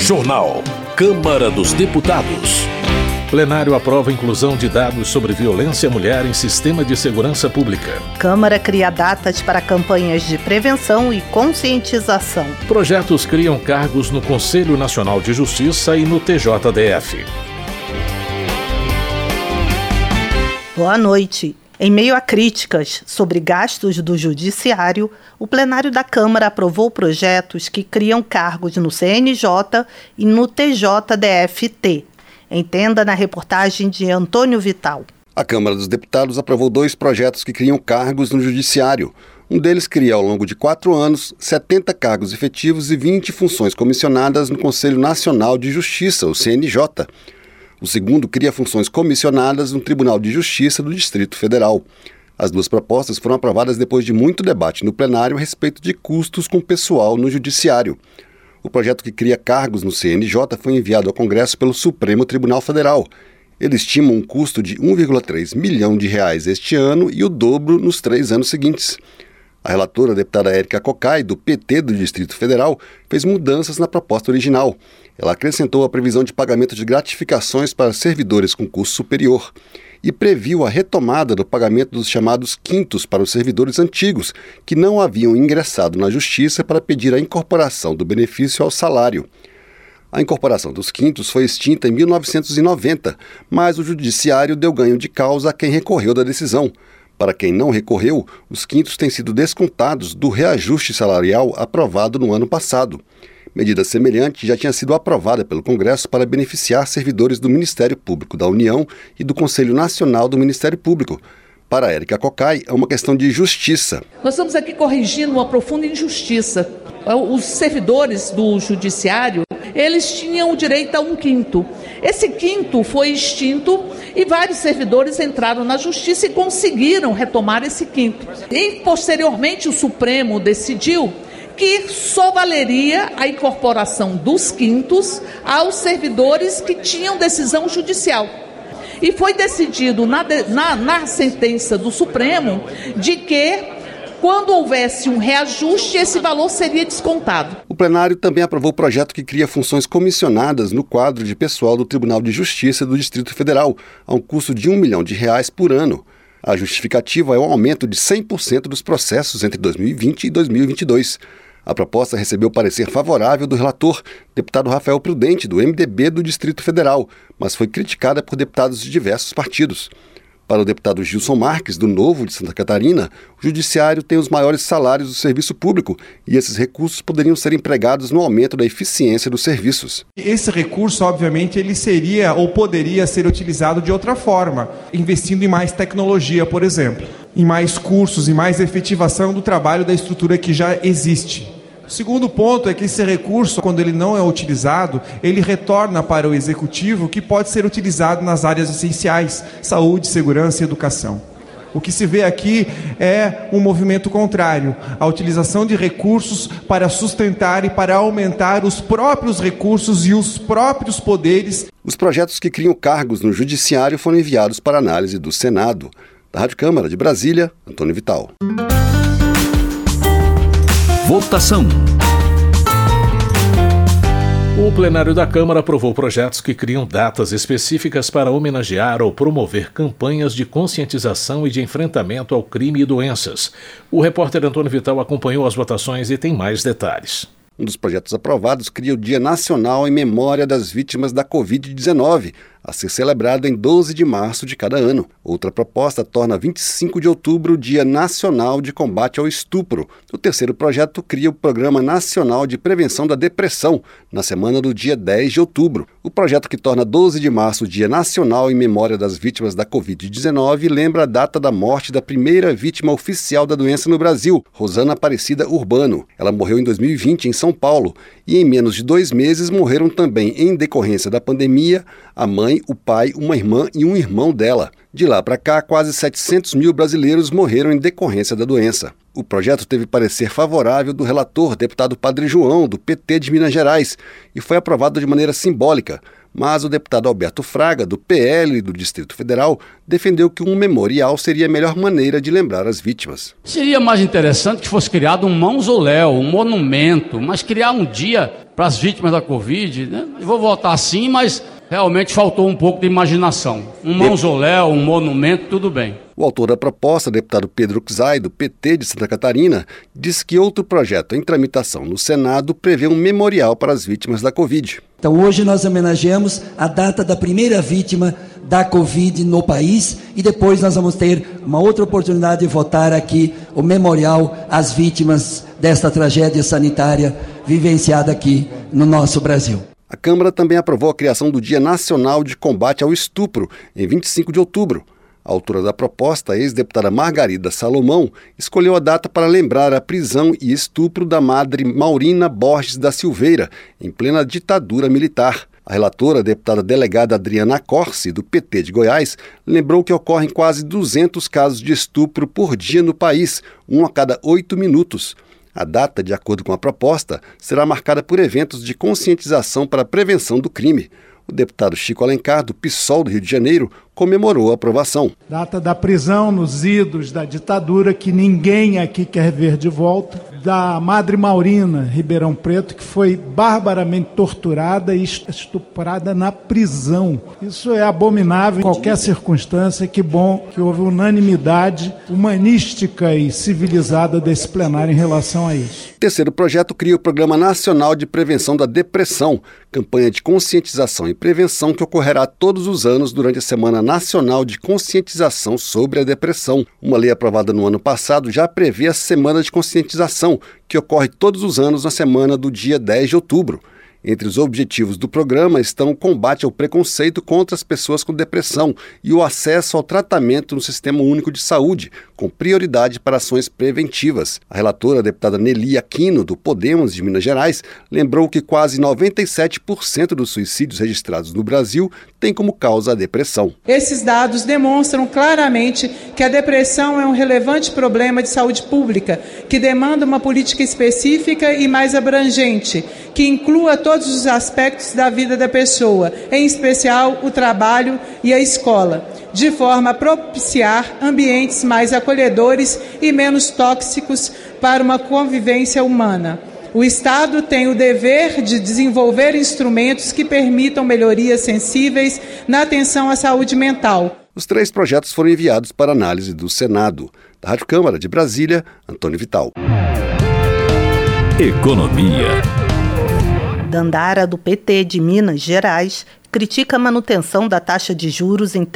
Jornal. Câmara dos Deputados. Plenário aprova a inclusão de dados sobre violência à mulher em sistema de segurança pública. Câmara cria datas para campanhas de prevenção e conscientização. Projetos criam cargos no Conselho Nacional de Justiça e no TJDF. Boa noite. Em meio a críticas sobre gastos do Judiciário, o plenário da Câmara aprovou projetos que criam cargos no CNJ e no TJDF-T. Entenda na reportagem de Antônio Vital. A Câmara dos Deputados aprovou 2 projetos que criam cargos no Judiciário. Um deles cria, ao longo de 4 anos, 70 cargos efetivos e 20 funções comissionadas no Conselho Nacional de Justiça, o CNJ. O segundo cria funções comissionadas no Tribunal de Justiça do Distrito Federal. As 2 propostas foram aprovadas depois de muito debate no plenário a respeito de custos com pessoal no Judiciário. O projeto que cria cargos no CNJ foi enviado ao Congresso pelo Supremo Tribunal Federal. Ele estima um custo de R$1,3 milhão este ano e o dobro nos 3 anos seguintes. A relatora, a deputada Érica Cocai, do PT do Distrito Federal, fez mudanças na proposta original. Ela acrescentou a previsão de pagamento de gratificações para servidores com curso superior e previu a retomada do pagamento dos chamados quintos para os servidores antigos, que não haviam ingressado na Justiça para pedir a incorporação do benefício ao salário. A incorporação dos quintos foi extinta em 1990, mas o Judiciário deu ganho de causa a quem recorreu da decisão. Para quem não recorreu, os quintos têm sido descontados do reajuste salarial aprovado no ano passado. Medida semelhante já tinha sido aprovada pelo Congresso para beneficiar servidores do Ministério Público da União e do Conselho Nacional do Ministério Público. Para Érica Cocai, é uma questão de justiça. Nós estamos aqui corrigindo uma profunda injustiça. Os servidores do Judiciário, eles tinham o direito a 1/5. Esse quinto foi extinto e vários servidores entraram na Justiça e conseguiram retomar esse quinto. E, posteriormente, o Supremo decidiu que só valeria a incorporação dos quintos aos servidores que tinham decisão judicial. E foi decidido na sentença do Supremo de que, quando houvesse um reajuste, esse valor seria descontado. O plenário também aprovou o projeto que cria funções comissionadas no quadro de pessoal do Tribunal de Justiça do Distrito Federal, a um custo de R$1 milhão por ano. A justificativa é o aumento de 100% dos processos entre 2020 e 2022. A proposta recebeu parecer favorável do relator, deputado Rafael Prudente, do MDB do Distrito Federal, mas foi criticada por deputados de diversos partidos. Para o deputado Gilson Marques, do Novo de Santa Catarina, o Judiciário tem os maiores salários do serviço público e esses recursos poderiam ser empregados no aumento da eficiência dos serviços. Esse recurso, obviamente, ele seria ou poderia ser utilizado de outra forma, investindo em mais tecnologia, por exemplo, em mais cursos, em mais efetivação do trabalho da estrutura que já existe. O segundo ponto é que esse recurso, quando ele não é utilizado, ele retorna para o Executivo, que pode ser utilizado nas áreas essenciais, saúde, segurança e educação. O que se vê aqui é um movimento contrário, a utilização de recursos para sustentar e para aumentar os próprios recursos e os próprios poderes. Os projetos que criam cargos no Judiciário foram enviados para análise do Senado. Da Rádio Câmara de Brasília, Antônio Vital. Votação. O plenário da Câmara aprovou projetos que criam datas específicas para homenagear ou promover campanhas de conscientização e de enfrentamento ao crime e doenças. O repórter Antônio Vital acompanhou as votações e tem mais detalhes. Um dos projetos aprovados cria o Dia Nacional em Memória das Vítimas da Covid-19, a ser celebrado em 12 de março de cada ano. Outra proposta torna 25 de outubro o Dia Nacional de Combate ao Estupro. O terceiro projeto cria o Programa Nacional de Prevenção da Depressão, na semana do dia 10 de outubro. O projeto que torna 12 de março o Dia Nacional em Memória das Vítimas da Covid-19 lembra a data da morte da primeira vítima oficial da doença no Brasil, Rosana Aparecida Urbano. Ela morreu em 2020 em São Paulo e em menos de 2 meses morreram também, em decorrência da pandemia, a mãe, o pai, uma irmã e um irmão dela. De lá para cá, quase 700 mil brasileiros morreram em decorrência da doença. O projeto teve parecer favorável do relator, deputado Padre João, do PT de Minas Gerais, e foi aprovado de maneira simbólica, mas o deputado Alberto Fraga, do PL do Distrito Federal, defendeu que um memorial seria a melhor maneira de lembrar as vítimas. Seria mais interessante que fosse criado um mausoléu, um monumento, mas criar um dia para as vítimas da Covid, né? Eu vou votar sim, mas realmente faltou um pouco de imaginação. Um mausoléu, um monumento, tudo bem. O autor da proposta, deputado Pedro Czai, do PT de Santa Catarina, disse que outro projeto em tramitação no Senado prevê um memorial para as vítimas da Covid. Então hoje nós homenageamos a data da primeira vítima da Covid no país e depois nós vamos ter uma outra oportunidade de votar aqui o memorial às vítimas desta tragédia sanitária vivenciada aqui no nosso Brasil. A Câmara também aprovou a criação do Dia Nacional de Combate ao Estupro, em 25 de outubro. A autora da proposta, a ex-deputada Margarida Salomão, escolheu a data para lembrar a prisão e estupro da madre Maurina Borges da Silveira, em plena ditadura militar. A relatora, a deputada delegada Adriana Corsi, do PT de Goiás, lembrou que ocorrem quase 200 casos de estupro por dia no país, um a cada 8 minutos. A data, de acordo com a proposta, será marcada por eventos de conscientização para a prevenção do crime. O deputado Chico Alencar, do PSOL do Rio de Janeiro, comemorou a aprovação. Data da prisão nos idos da ditadura, que ninguém aqui quer ver de volta. Da Madre Maurina, Ribeirão Preto, que foi barbaramente torturada e estuprada na prisão. Isso é abominável em qualquer circunstância. Que bom que houve unanimidade humanística e civilizada desse plenário em relação a isso. O terceiro projeto cria o Programa Nacional de Prevenção da Depressão, campanha de conscientização e prevenção que ocorrerá todos os anos durante a Semana Nacional de Conscientização sobre a Depressão. Uma lei aprovada no ano passado já prevê a Semana de Conscientização, que ocorre todos os anos na semana do dia 10 de outubro. Entre os objetivos do programa estão o combate ao preconceito contra as pessoas com depressão e o acesso ao tratamento no Sistema Único de Saúde, com prioridade para ações preventivas. A relatora, a deputada Nelly Aquino, do Podemos de Minas Gerais, lembrou que quase 97% dos suicídios registrados no Brasil têm como causa a depressão. Esses dados demonstram claramente que a depressão é um relevante problema de saúde pública, que demanda uma política específica e mais abrangente, que inclua todos os aspectos da vida da pessoa, em especial o trabalho e a escola, de forma a propiciar ambientes mais acolhedores e menos tóxicos para uma convivência humana. O Estado tem o dever de desenvolver instrumentos que permitam melhorias sensíveis na atenção à saúde mental. Os 3 projetos foram enviados para análise do Senado. Da Rádio Câmara de Brasília, Antônio Vital. Economia. Dandara, do PT de Minas Gerais, critica a manutenção da taxa de juros em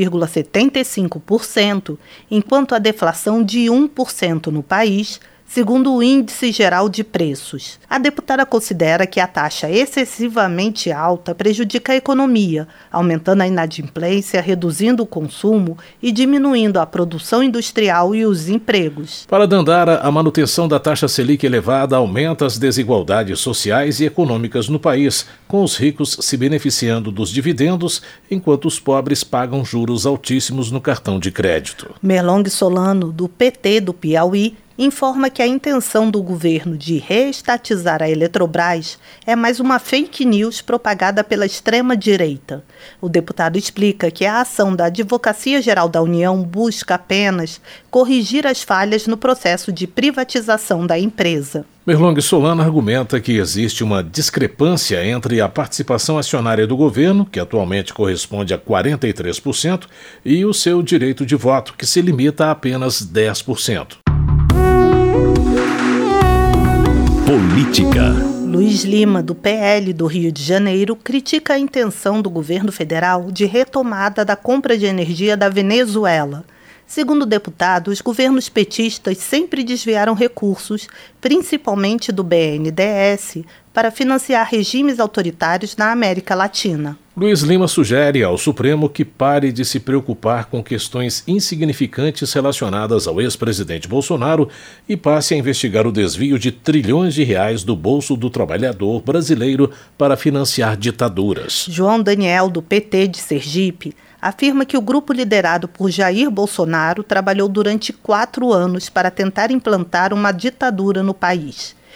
13,75%, enquanto a deflação de 1% no país, segundo o Índice Geral de Preços. A deputada considera que a taxa excessivamente alta prejudica a economia, aumentando a inadimplência, reduzindo o consumo e diminuindo a produção industrial e os empregos. Para Dandara, a manutenção da taxa Selic elevada aumenta as desigualdades sociais e econômicas no país, com os ricos se beneficiando dos dividendos, enquanto os pobres pagam juros altíssimos no cartão de crédito. Merlong Solano, do PT do Piauí, informa que a intenção do governo de reestatizar a Eletrobras é mais uma fake news propagada pela extrema-direita. O deputado explica que a ação da Advocacia Geral da União busca apenas corrigir as falhas no processo de privatização da empresa. Merlong Solano argumenta que existe uma discrepância entre a participação acionária do governo, que atualmente corresponde a 43%, e o seu direito de voto, que se limita a apenas 10%. Política. Luiz Lima, do PL do Rio de Janeiro, critica a intenção do governo federal de retomada da compra de energia da Venezuela. Segundo o deputado, os governos petistas sempre desviaram recursos, principalmente do BNDES, para financiar regimes autoritários na América Latina. Luiz Lima sugere ao Supremo que pare de se preocupar com questões insignificantes relacionadas ao ex-presidente Bolsonaro e passe a investigar o desvio de trilhões de reais do bolso do trabalhador brasileiro para financiar ditaduras. João Daniel, do PT de Sergipe, afirma que o grupo liderado por Jair Bolsonaro trabalhou durante 4 anos para tentar implantar uma ditadura no país.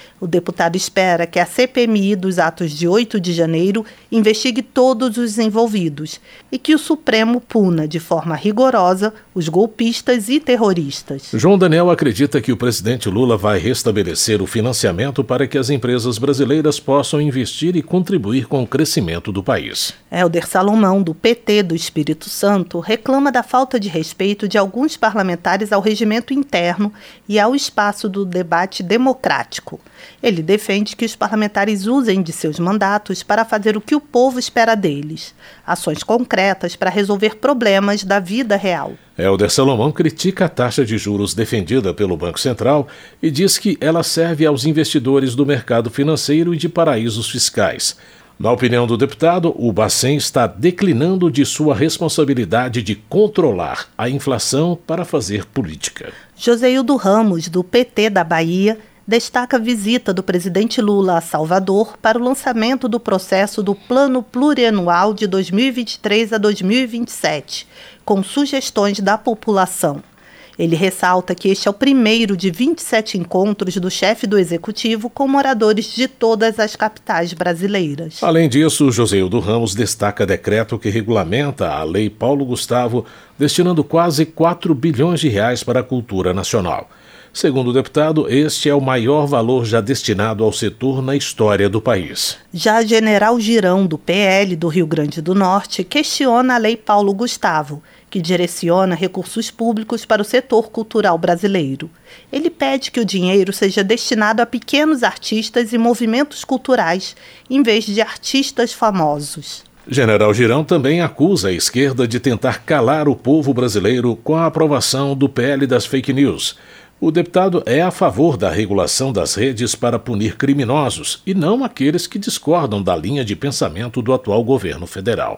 O deputado espera que a CPMI dos atos de 8 de janeiro investigue todos os envolvidos e que o Supremo puna de forma rigorosa os golpistas e terroristas. João Daniel acredita que o presidente Lula vai restabelecer o financiamento para que as empresas brasileiras possam investir e contribuir com o crescimento do país. Hélder Salomão, do PT do Espírito Santo, reclama da falta de respeito de alguns parlamentares ao regimento interno e ao espaço do debate democrático. Ele defende que os parlamentares usem de seus mandatos para fazer o que o povo espera deles, ações concretas para resolver problemas da vida real. Hélder Salomão critica a taxa de juros defendida pelo Banco Central e diz que ela serve aos investidores do mercado financeiro e de paraísos fiscais. Na opinião do deputado, o Bacen está declinando de sua responsabilidade de controlar a inflação para fazer política. Joseildo Ramos, do PT da Bahia, destaca a visita do presidente Lula a Salvador para o lançamento do processo do Plano Plurianual de 2023 a 2027, com sugestões da população. Ele ressalta que este é o primeiro de 27 encontros do chefe do Executivo com moradores de todas as capitais brasileiras. Além disso, Joseildo Ramos destaca decreto que regulamenta a Lei Paulo Gustavo, destinando quase 4 bilhões de reais para a cultura nacional. Segundo o deputado, este é o maior valor já destinado ao setor na história do país. Já General Girão, do PL do Rio Grande do Norte, questiona a Lei Paulo Gustavo, que direciona recursos públicos para o setor cultural brasileiro. Ele pede que o dinheiro seja destinado a pequenos artistas e movimentos culturais, em vez de artistas famosos. General Girão também acusa a esquerda de tentar calar o povo brasileiro com a aprovação do PL das fake news. O deputado é a favor da regulação das redes para punir criminosos e não aqueles que discordam da linha de pensamento do atual governo federal.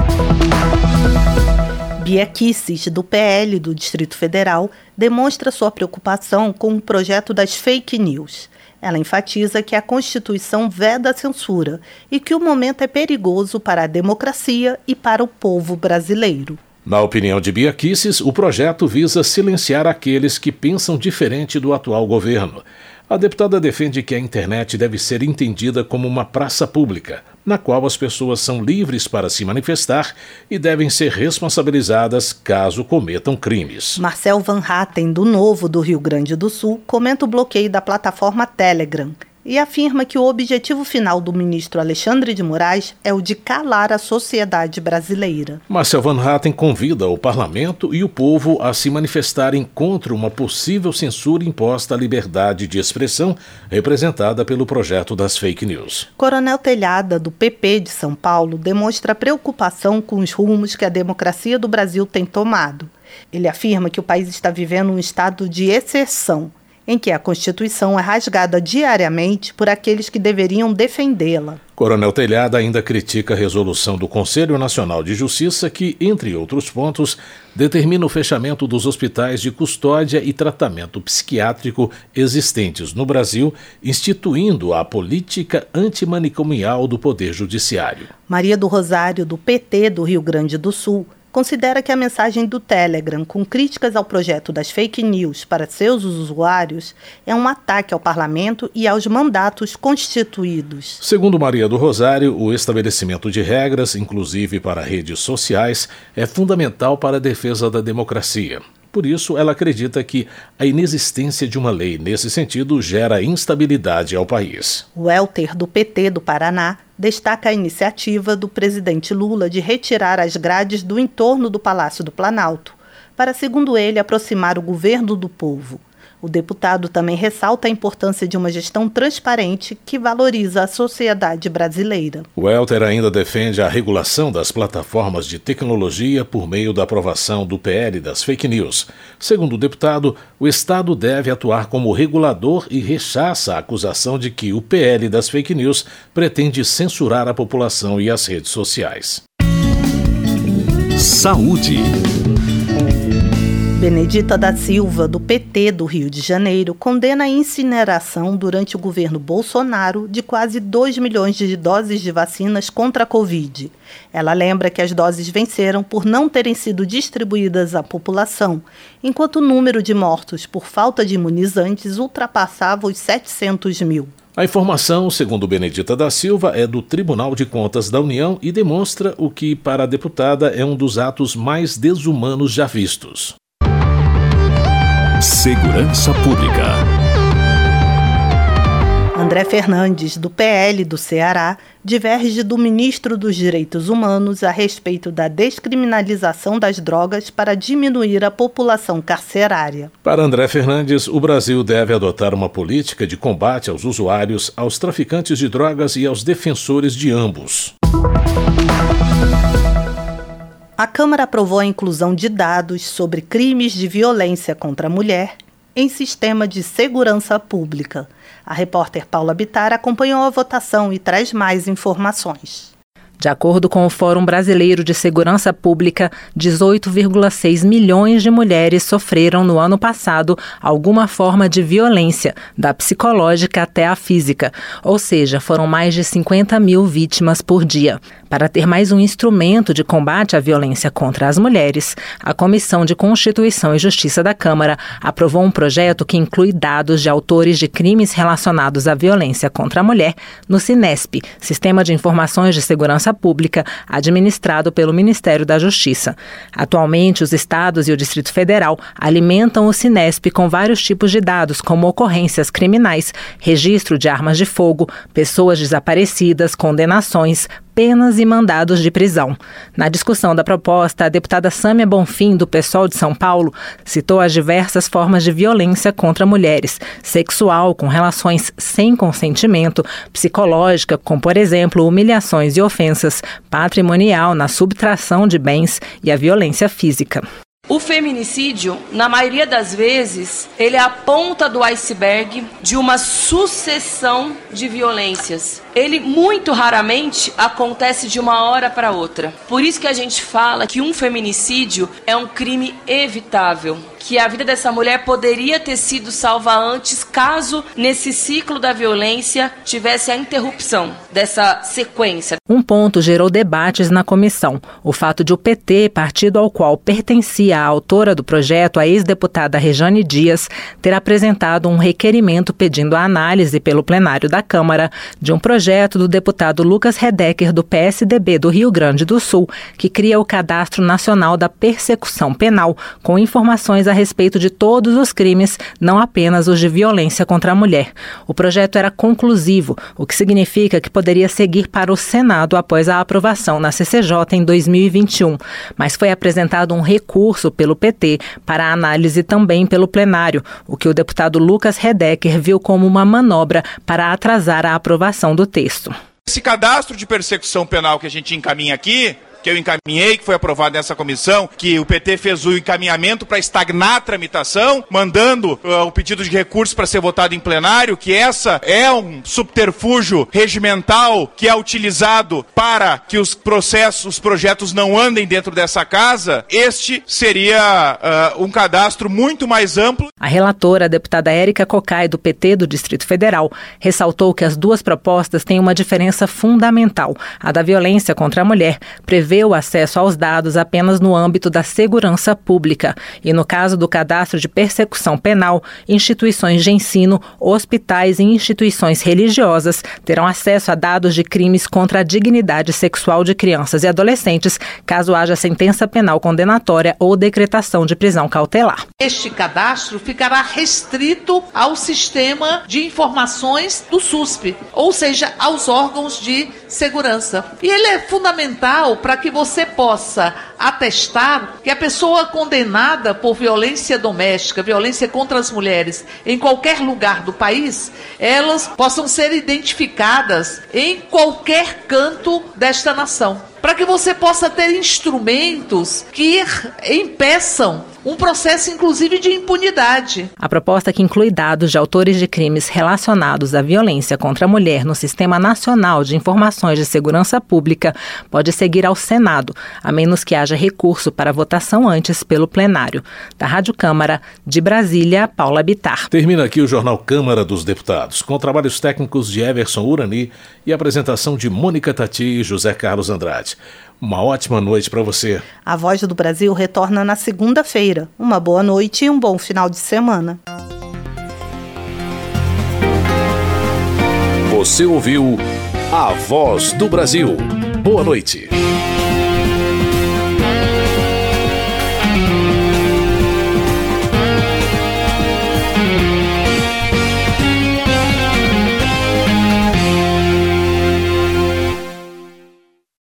Bia Kicis, do PL do Distrito Federal, demonstra sua preocupação com o projeto das fake news. Ela enfatiza que a Constituição veda a censura e que o momento é perigoso para a democracia e para o povo brasileiro. Na opinião de Bia Kicis, o projeto visa silenciar aqueles que pensam diferente do atual governo. A deputada defende que a internet deve ser entendida como uma praça pública, na qual as pessoas são livres para se manifestar e devem ser responsabilizadas caso cometam crimes. Marcel Van Hatten, do Novo do Rio Grande do Sul, comenta o bloqueio da plataforma Telegram e afirma que o objetivo final do ministro Alexandre de Moraes é o de calar a sociedade brasileira. Marcel Van Hatten convida o parlamento e o povo a se manifestarem contra uma possível censura imposta à liberdade de expressão representada pelo projeto das fake news. Coronel Telhada, do PP de São Paulo, demonstra preocupação com os rumos que a democracia do Brasil tem tomado. Ele afirma que o país está vivendo um estado de exceção, em que a Constituição é rasgada diariamente por aqueles que deveriam defendê-la. Coronel Telhada ainda critica a resolução do Conselho Nacional de Justiça que, entre outros pontos, determina o fechamento dos hospitais de custódia e tratamento psiquiátrico existentes no Brasil, instituindo a política antimanicomial do Poder Judiciário. Maria do Rosário, do PT do Rio Grande do Sul, considera que a mensagem do Telegram com críticas ao projeto das fake news para seus usuários é um ataque ao parlamento e aos mandatos constituídos. Segundo Maria do Rosário, o estabelecimento de regras, inclusive para redes sociais, é fundamental para a defesa da democracia. Por isso, ela acredita que a inexistência de uma lei nesse sentido gera instabilidade ao país. O Welter, do PT do Paraná, destaca a iniciativa do presidente Lula de retirar as grades do entorno do Palácio do Planalto, para, segundo ele, aproximar o governo do povo. O deputado também ressalta a importância de uma gestão transparente que valoriza a sociedade brasileira. O Welter ainda defende a regulação das plataformas de tecnologia por meio da aprovação do PL das fake news. Segundo o deputado, o Estado deve atuar como regulador e rechaça a acusação de que o PL das fake news pretende censurar a população e as redes sociais. Saúde. Benedita da Silva, do PT do Rio de Janeiro, condena a incineração durante o governo Bolsonaro de quase 2 milhões de doses de vacinas contra a Covid. Ela lembra que as doses venceram por não terem sido distribuídas à população, enquanto o número de mortos por falta de imunizantes ultrapassava os 700 mil. A informação, segundo Benedita da Silva, é do Tribunal de Contas da União e demonstra o que, para a deputada, é um dos atos mais desumanos já vistos. Segurança Pública. André Fernandes, do PL do Ceará, diverge do ministro dos Direitos Humanos a respeito da descriminalização das drogas para diminuir a população carcerária. Para André Fernandes, o Brasil deve adotar uma política de combate aos usuários, aos traficantes de drogas e aos defensores de ambos. A Câmara aprovou a inclusão de dados sobre crimes de violência contra a mulher em sistema de segurança pública. A repórter Paula Bittar acompanhou a votação e traz mais informações. De acordo com o Fórum Brasileiro de Segurança Pública, 18,6 milhões de mulheres sofreram no ano passado alguma forma de violência, da psicológica até a física, ou seja, foram mais de 50 mil vítimas por dia. Para ter mais um instrumento de combate à violência contra as mulheres, a Comissão de Constituição e Justiça da Câmara aprovou um projeto que inclui dados de autores de crimes relacionados à violência contra a mulher no Cinesp, Sistema de Informações de Segurança Pública, administrado pelo Ministério da Justiça. Atualmente, os estados e o Distrito Federal alimentam o Cinesp com vários tipos de dados, como ocorrências criminais, registro de armas de fogo, pessoas desaparecidas, condenações, penas e mandados de prisão. Na discussão da proposta, a deputada Sâmia Bonfim, do PSOL de São Paulo, citou as diversas formas de violência contra mulheres: sexual, com relações sem consentimento, psicológica, com, por exemplo, humilhações e ofensas, patrimonial, na subtração de bens, e a violência física. O feminicídio, na maioria das vezes, ele é a ponta do iceberg de uma sucessão de violências. Ele muito raramente acontece de uma hora para outra. Por isso que a gente fala que um feminicídio é um crime evitável, que a vida dessa mulher poderia ter sido salva antes, caso nesse ciclo da violência tivesse a interrupção dessa sequência. Um ponto gerou debates na comissão: o fato de o PT, partido ao qual pertencia a autora do projeto, a ex-deputada Rejane Dias, ter apresentado um requerimento pedindo a análise pelo plenário da Câmara de um projeto do deputado Lucas Redecker, do PSDB do Rio Grande do Sul, que cria o Cadastro Nacional da Persecução Penal, com informações a respeito de todos os crimes, não apenas os de violência contra a mulher. O projeto era conclusivo, o que significa que poderia seguir para o Senado após a aprovação na CCJ em 2021, mas foi apresentado um recurso pelo PT para análise também pelo plenário, o que o deputado Lucas Redecker viu como uma manobra para atrasar a aprovação do texto. Esse cadastro de persecução penal que a gente encaminha aqui, que eu encaminhei, que foi aprovado nessa comissão, que o PT fez o encaminhamento para estagnar a tramitação, mandando o pedido de recurso para ser votado em plenário, que essa é um subterfúgio regimental que é utilizado para que os projetos não andem dentro dessa casa. Este seria um cadastro muito mais amplo. A relatora, a deputada Érica Cocai, do PT do Distrito Federal, ressaltou que as duas propostas têm uma diferença fundamental. A da violência contra a mulher prevê o acesso aos dados apenas no âmbito da segurança pública e, no caso do cadastro de persecução penal, instituições de ensino, hospitais e instituições religiosas terão acesso a dados de crimes contra a dignidade sexual de crianças e adolescentes, caso haja sentença penal condenatória ou decretação de prisão cautelar. Este cadastro ficará restrito ao sistema de informações do SUSP, ou seja, aos órgãos de segurança. E ele é fundamental para que você possa atestar que a pessoa condenada por violência doméstica, violência contra as mulheres, em qualquer lugar do país, elas possam ser identificadas em qualquer canto desta nação. Para que você possa ter instrumentos que impeçam um processo, inclusive, de impunidade. A proposta, que inclui dados de autores de crimes relacionados à violência contra a mulher no Sistema Nacional de Informações de Segurança Pública, pode seguir ao Senado, a menos que haja recurso para votação antes pelo plenário. Da Rádio Câmara, de Brasília, Paula Bittar. Termina aqui o Jornal Câmara dos Deputados, com trabalhos técnicos de Everson Urani e apresentação de Mônica Tati e José Carlos Andrade. Uma ótima noite para você. A Voz do Brasil retorna na segunda-feira. Uma boa noite e um bom final de semana. Você ouviu A Voz do Brasil. Boa noite.